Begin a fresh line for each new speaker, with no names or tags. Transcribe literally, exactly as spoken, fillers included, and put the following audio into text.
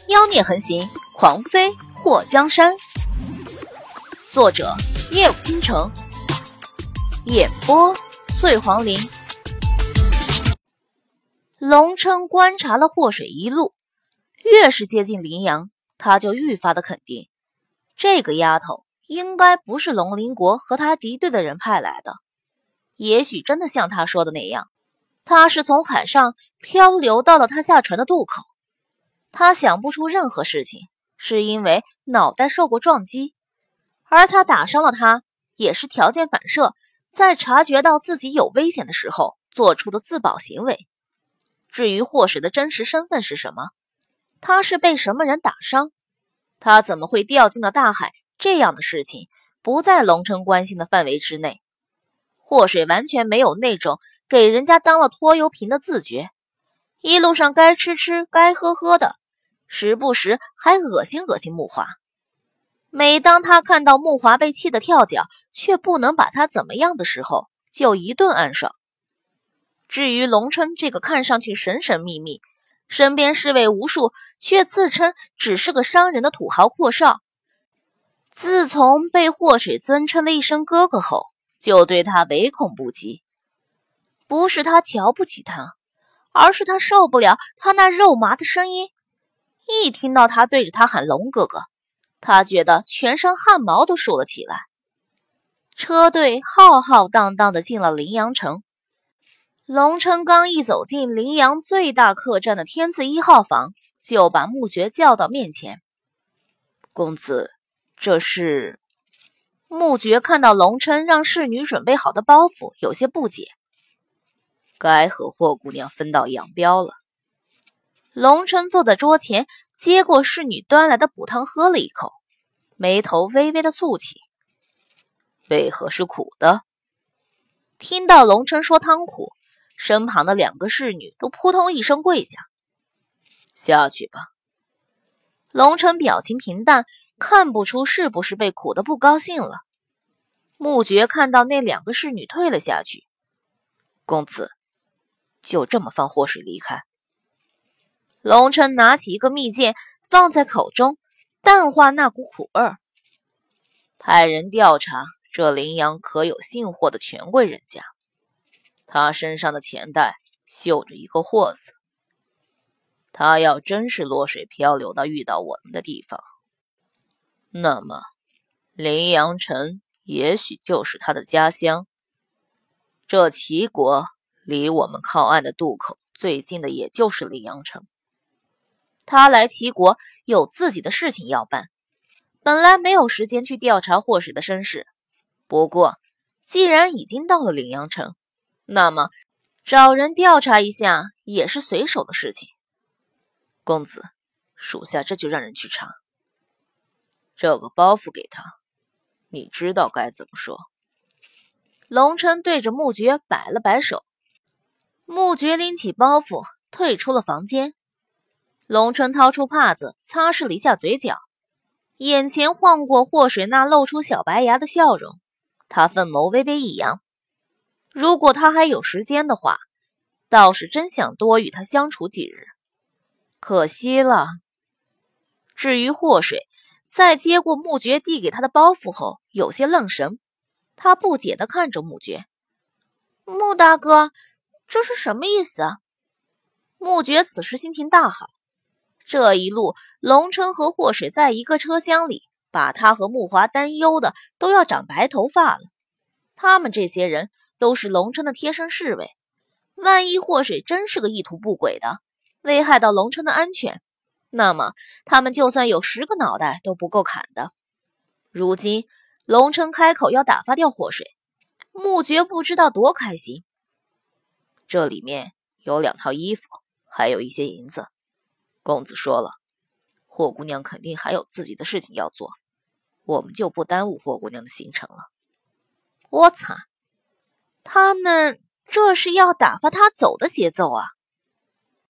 妖孽横行，狂飞祸江山。作者：夜舞倾城，演播：醉黄林。龙琛观察了祸水一路，越是接近林阳，他就愈发的肯定，这个丫头应该不是龙鳞国和他敌对的人派来的。也许真的像他说的那样，他是从海上漂流到了他下船的渡口。他想不出任何事情，是因为脑袋受过撞击，而他打伤了他，也是条件反射，在察觉到自己有危险的时候做出的自保行为。至于祸水的真实身份是什么，他是被什么人打伤，他怎么会掉进了大海，这样的事情不在龙琛关心的范围之内。祸水完全没有那种给人家当了拖油瓶的自觉，一路上该吃吃该喝喝的，时不时还恶心恶心木华。每当他看到木华被气得跳脚，却不能把他怎么样的时候，就一顿暗爽。至于龙琛这个看上去神神秘秘，身边侍卫无数，却自称只是个商人的土豪阔少，自从被祸水尊称了一声哥哥后，就对他唯恐不及。不是他瞧不起他，而是他受不了他那肉麻的声音。一听到他对着他喊龙哥哥，他觉得全身汗毛都竖了起来。车队浩浩荡荡地进了临阳城。龙琛刚一走进临阳最大客栈的天字一号房，就把穆爵叫到面前。公子，这是……穆爵看到龙琛让侍女准备好的包袱，有些不解。该和霍姑娘分道扬镳了。龙琛坐在桌前，接过侍女端来的补汤喝了一口，眉头微微的蹙起。为何是苦的？听到龙琛说汤苦，身旁的两个侍女都扑通一声跪下。下去吧。龙琛表情平淡，看不出是不是被苦的不高兴了。穆爵看到那两个侍女退了下去。公子，就这么放祸水离开？龙琛拿起一个蜜饯放在口中，淡化那股苦味儿。派人调查这临阳可有姓霍的权贵人家，他身上的钱袋绣着一个霍字。他要真是落水漂流到遇到我们的地方，那么临阳城也许就是他的家乡。这齐国离我们靠岸的渡口最近的也就是临阳城。他来齐国有自己的事情要办，本来没有时间去调查祸水的身世。不过既然已经到了临阳城，那么找人调查一下也是随手的事情。公子，属下这就让人去查。这个包袱给他，你知道该怎么说。龙琛对着穆爵摆了摆手。穆爵拎起包袱退出了房间。龙琛掏出帕子擦拭了一下嘴角，眼前晃过祸水那露出小白牙的笑容，他分眸微微一扬。如果他还有时间的话，倒是真想多与他相处几日。可惜了。至于祸水，在接过穆爵递给他的包袱后，有些愣神。他不解地看着穆爵。穆大哥，这是什么意思啊？穆爵此时心情大好。这一路龙琛和祸水在一个车厢里，把他和穆华担忧的都要长白头发了。他们这些人都是龙琛的贴身侍卫，万一祸水真是个意图不轨的，危害到龙琛的安全，那么他们就算有十个脑袋都不够砍的。如今龙琛开口要打发掉祸水，穆爵不知道多开心。这里面有两套衣服，还有一些银子。公子说了，霍姑娘肯定还有自己的事情要做，我们就不耽误霍姑娘的行程了。我擦，他们这是要打发他走的节奏啊！